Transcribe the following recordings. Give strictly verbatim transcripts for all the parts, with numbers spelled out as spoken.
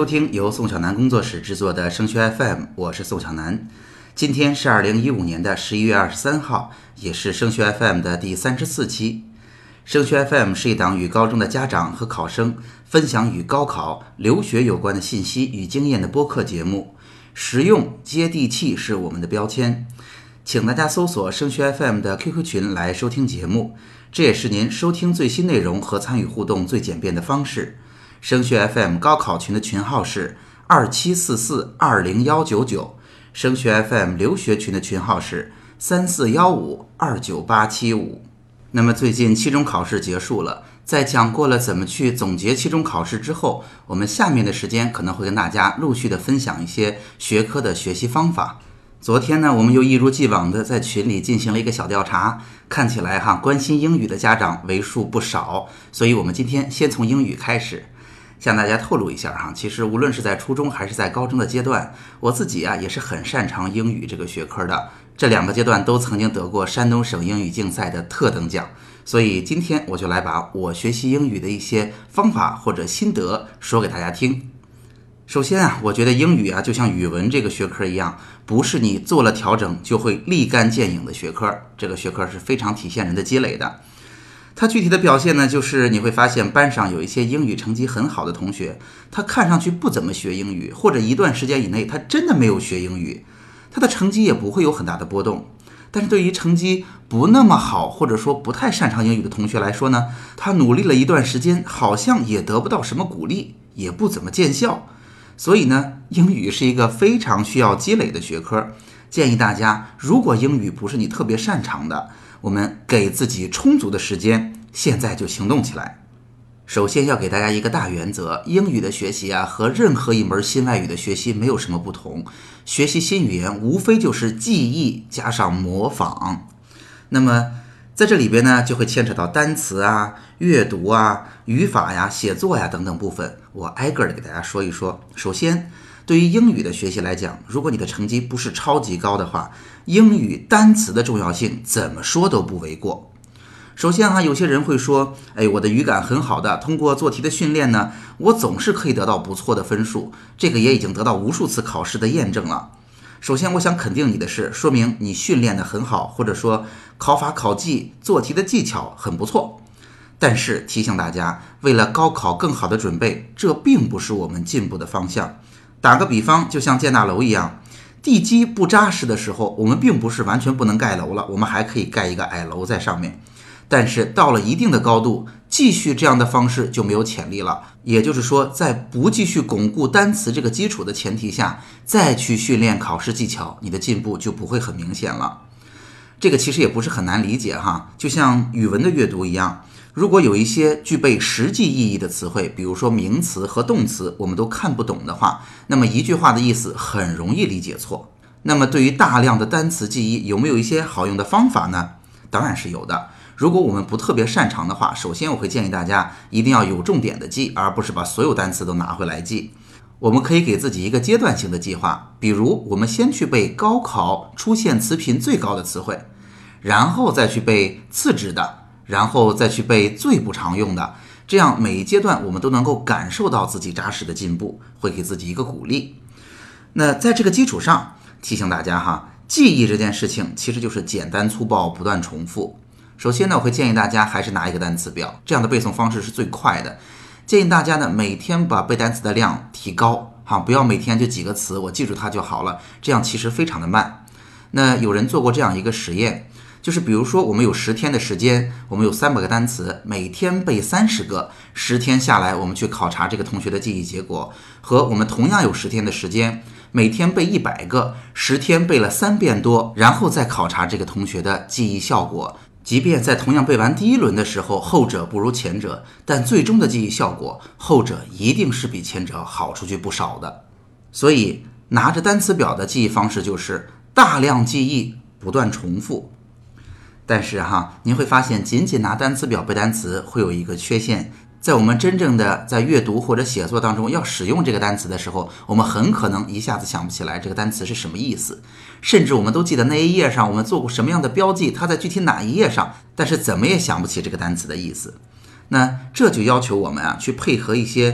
听由宋小南工作室制作的升学 F M， 我是宋小南。今天是二零一五年的十一月二十三号，也是升学 F M 的第三十四期。升学 F M 是一档与高中的家长和考生分享与高考、留学有关的信息与经验的播客节目，实用接地气是我们的标签。请大家搜索升学 F M 的 Q Q 群来收听节目，这也是您收听最新内容和参与互动最简便的方式。升学 F M 高考群的群号是二七四四二零一九九，升学 F M 留学群的群号是三四一五二九八七五。那么最近期中考试结束了，在讲过了怎么去总结期中考试之后，我们下面的时间可能会跟大家陆续的分享一些学科的学习方法。昨天呢，我们又一如既往的在群里进行了一个小调查，看起来哈，关心英语的家长为数不少，所以我们今天先从英语开始。向大家透露一下哈，其实无论是在初中还是在高中的阶段，我自己啊也是很擅长英语这个学科的。这两个阶段都曾经得过山东省英语竞赛的特等奖，所以今天我就来把我学习英语的一些方法或者心得说给大家听。首先啊，我觉得英语啊就像语文这个学科一样，不是你做了调整就会立竿见影的学科，这个学科是非常体现人的积累的。它具体的表现呢，就是你会发现班上有一些英语成绩很好的同学，他看上去不怎么学英语，或者一段时间以内他真的没有学英语，他的成绩也不会有很大的波动。但是对于成绩不那么好，或者说不太擅长英语的同学来说呢，他努力了一段时间，好像也得不到什么鼓励，也不怎么见效。所以呢，英语是一个非常需要积累的学科。建议大家，如果英语不是你特别擅长的，我们给自己充足的时间，现在就行动起来。首先要给大家一个大原则，英语的学习啊，和任何一门新外语的学习没有什么不同。学习新语言无非就是记忆加上模仿。那么在这里边呢，就会牵扯到单词啊、阅读啊、语法呀、写作呀等等部分，我挨个的给大家说一说。首先，对于英语的学习来讲，如果你的成绩不是超级高的话，英语单词的重要性怎么说都不为过。首先哈，有些人会说，哎，我的语感很好的，通过做题的训练呢，我总是可以得到不错的分数，这个也已经得到无数次考试的验证了。首先我想肯定你的是，说明你训练的很好，或者说考法考技做题的技巧很不错。但是提醒大家，为了高考更好的准备，这并不是我们进步的方向。打个比方，就像建大楼一样，地基不扎实的时候，我们并不是完全不能盖楼了，我们还可以盖一个矮楼在上面。但是到了一定的高度，继续这样的方式就没有潜力了。也就是说，在不继续巩固单词这个基础的前提下，再去训练考试技巧，你的进步就不会很明显了。这个其实也不是很难理解哈，就像语文的阅读一样，如果有一些具备实际意义的词汇，比如说名词和动词，我们都看不懂的话，那么一句话的意思很容易理解错。那么对于大量的单词记忆，有没有一些好用的方法呢？当然是有的。如果我们不特别擅长的话，首先我会建议大家一定要有重点的记，而不是把所有单词都拿回来记。我们可以给自己一个阶段性的计划，比如我们先去背高考出现词频最高的词汇，然后再去背次之的，然后再去背最不常用的，这样每一阶段我们都能够感受到自己扎实的进步，会给自己一个鼓励。那在这个基础上，提醒大家哈，记忆这件事情其实就是简单粗暴不断重复。首先呢，我会建议大家还是拿一个单词表，这样的背诵方式是最快的。建议大家呢，每天把背单词的量提高哈，不要每天就几个词我记住它就好了，这样其实非常的慢。那有人做过这样一个实验，就是比如说我们有十天的时间，我们有三百个单词，每天背三十个，十天下来我们去考察这个同学的记忆结果，和我们同样有十天的时间，每天背一百个，十天背了三遍多，然后再考察这个同学的记忆效果。即便在同样背完第一轮的时候，后者不如前者，但最终的记忆效果，后者一定是比前者好出去不少的。所以拿着单词表的记忆方式就是大量记忆，不断重复。但是哈，您会发现仅仅拿单词表背单词会有一个缺陷，在我们真正的在阅读或者写作当中要使用这个单词的时候，我们很可能一下子想不起来这个单词是什么意思，甚至我们都记得那一页上我们做过什么样的标记，它在具体哪一页上，但是怎么也想不起这个单词的意思。那这就要求我们啊去配合一些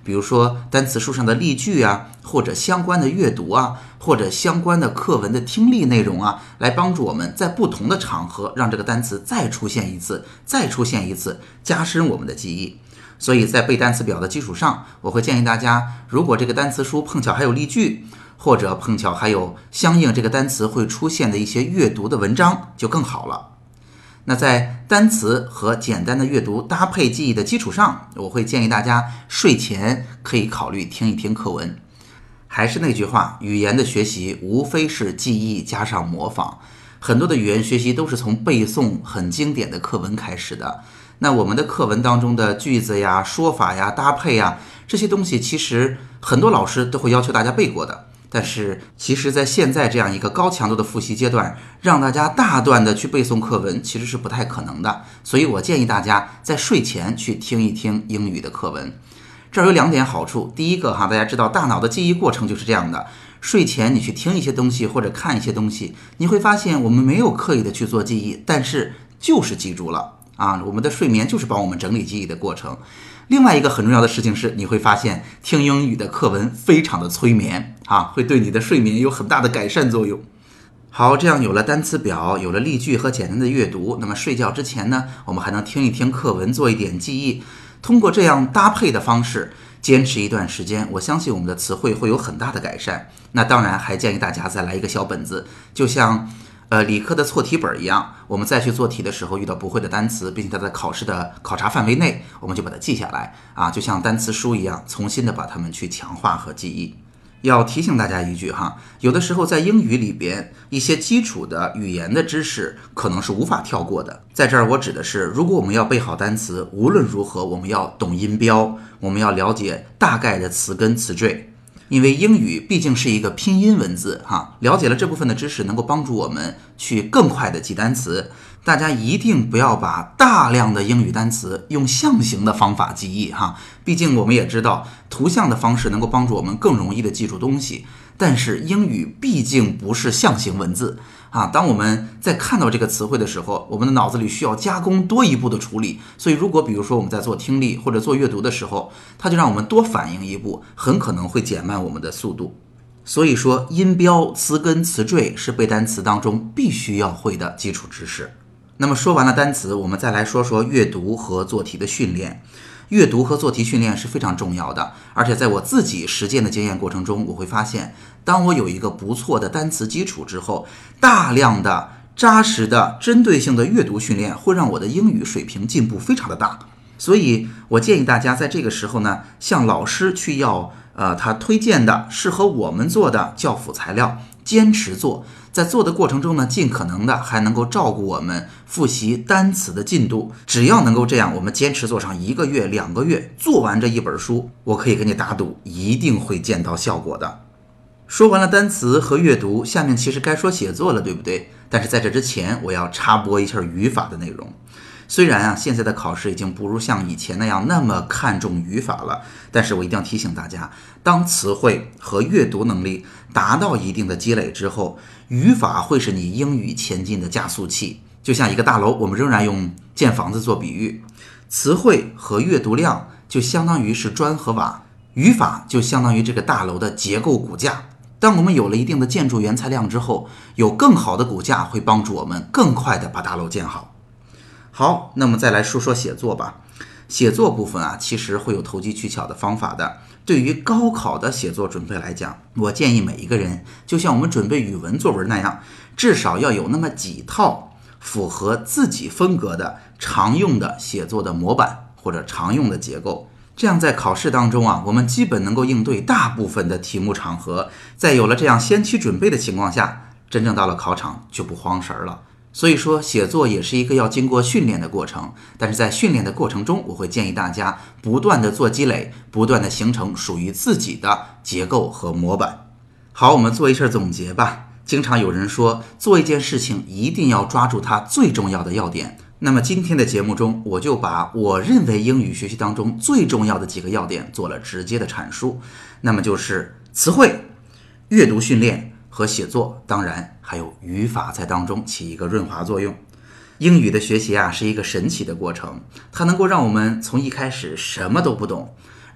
比如说单词书上的例句啊，或者相关的阅读啊，或者相关的课文的听力内容啊，来帮助我们在不同的场合让这个单词再出现一次，再出现一次，加深我们的记忆。所以在背单词表的基础上，我会建议大家，如果这个单词书碰巧还有例句，或者碰巧还有相应这个单词会出现的一些阅读的文章，就更好了。那在单词和简单的阅读搭配记忆的基础上，我会建议大家睡前可以考虑听一听课文。还是那句话，语言的学习无非是记忆加上模仿，很多的语言学习都是从背诵很经典的课文开始的。那我们的课文当中的句子呀、说法呀、搭配呀，这些东西其实很多老师都会要求大家背过的。但是其实在现在这样一个高强度的复习阶段，让大家大段的去背诵课文其实是不太可能的。所以我建议大家在睡前去听一听英语的课文。这儿有两点好处。第一个哈，大家知道大脑的记忆过程就是这样的，睡前你去听一些东西或者看一些东西，你会发现我们没有刻意的去做记忆，但是就是记住了啊，我们的睡眠就是帮我们整理记忆的过程。另外一个很重要的事情是，你会发现听英语的课文非常的催眠啊，会对你的睡眠有很大的改善作用。好，这样有了单词表，有了例句和简单的阅读，那么睡觉之前呢，我们还能听一听课文，做一点记忆。通过这样搭配的方式，坚持一段时间，我相信我们的词汇会有很大的改善。那当然还建议大家再来一个小本子，就像呃，理科的错题本一样，我们再去做题的时候遇到不会的单词，并且它在考试的考察范围内，我们就把它记下来啊，就像单词书一样，重新的把它们去强化和记忆。要提醒大家一句哈，有的时候在英语里边，一些基础的语言的知识可能是无法跳过的。在这儿我指的是，如果我们要背好单词，无论如何我们要懂音标，我们要了解大概的词根词缀。因为英语毕竟是一个拼音文字哈，了解了这部分的知识能够帮助我们去更快的记单词。大家一定不要把大量的英语单词用象形的方法记忆哈，毕竟我们也知道图像的方式能够帮助我们更容易的记住东西，但是英语毕竟不是象形文字啊。当我们在看到这个词汇的时候，我们的脑子里需要加工多一步的处理，所以如果比如说我们在做听力或者做阅读的时候，它就让我们多反应一步，很可能会减慢我们的速度。所以说音标、词根、词缀是背单词当中必须要会的基础知识。那么说完了单词，我们再来说说阅读和做题的训练。阅读和做题训练是非常重要的，而且在我自己实践的经验过程中，我会发现，当我有一个不错的单词基础之后，大量的扎实的针对性的阅读训练会让我的英语水平进步非常的大。所以我建议大家在这个时候呢，向老师去要呃他推荐的适合我们做的教辅材料，坚持做。在做的过程中呢，尽可能的还能够照顾我们复习单词的进度。只要能够这样，我们坚持做上一个月、两个月，做完这一本书，我可以给你打赌，一定会见到效果的。说完了单词和阅读，下面其实该说写作了，对不对？但是在这之前，我要插播一下语法的内容。虽然啊，现在的考试已经不如像以前那样那么看重语法了，但是我一定要提醒大家，当词汇和阅读能力达到一定的积累之后，语法会是你英语前进的加速器。就像一个大楼，我们仍然用建房子做比喻，词汇和阅读量就相当于是砖和瓦，语法就相当于这个大楼的结构骨架。当我们有了一定的建筑原材料之后，有更好的骨架会帮助我们更快的把大楼建好。好，那么再来说说写作吧。写作部分啊，其实会有投机取巧的方法的。对于高考的写作准备来讲，我建议每一个人，就像我们准备语文作文那样，至少要有那么几套符合自己风格的常用的写作的模板或者常用的结构。这样在考试当中啊，我们基本能够应对大部分的题目场合。在有了这样先期准备的情况下，真正到了考场就不慌神了。所以说写作也是一个要经过训练的过程，但是在训练的过程中，我会建议大家不断的做积累，不断的形成属于自己的结构和模板。好，我们做一下总结吧。经常有人说，做一件事情一定要抓住它最重要的要点。那么今天的节目中，我就把我认为英语学习当中最重要的几个要点做了直接的阐述，那么就是词汇、阅读训练和写作，当然还有语法在当中起一个润滑作用。英语的学习啊，是一个神奇的过程，它能够让我们从一开始什么都不懂，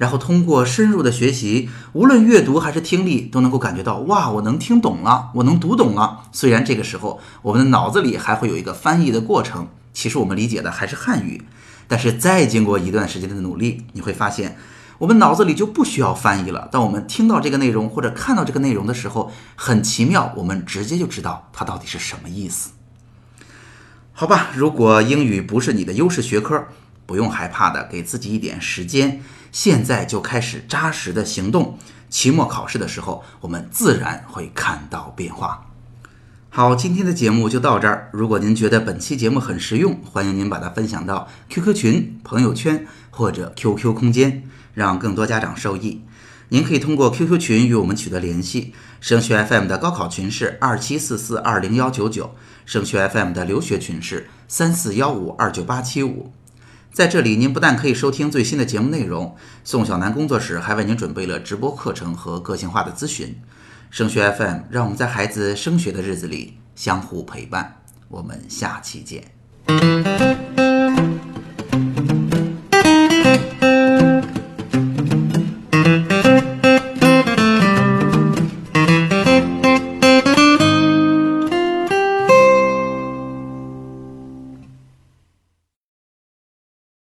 然后通过深入的学习，无论阅读还是听力，都能够感觉到，哇，我能听懂了，我能读懂了。虽然这个时候我们的脑子里还会有一个翻译的过程，其实我们理解的还是汉语，但是再经过一段时间的努力，你会发现我们脑子里就不需要翻译了。当我们听到这个内容或者看到这个内容的时候，很奇妙，我们直接就知道它到底是什么意思。好吧，如果英语不是你的优势学科，不用害怕的，给自己一点时间，现在就开始扎实的行动。期末考试的时候，我们自然会看到变化。好，今天的节目就到这儿。如果您觉得本期节目很实用，欢迎您把它分享到 Q Q 群、朋友圈或者 Q Q 空间，让更多家长受益。您可以通过 Q Q 群与我们取得联系。升学 F M 的高考群是二七四四二零一九九，升学 F M 的留学群是三四一五二九八七五。在这里，您不但可以收听最新的节目内容，宋小南工作室还为您准备了直播课程和个性化的咨询。升学 F M， 让我们在孩子升学的日子里相互陪伴。我们下期见。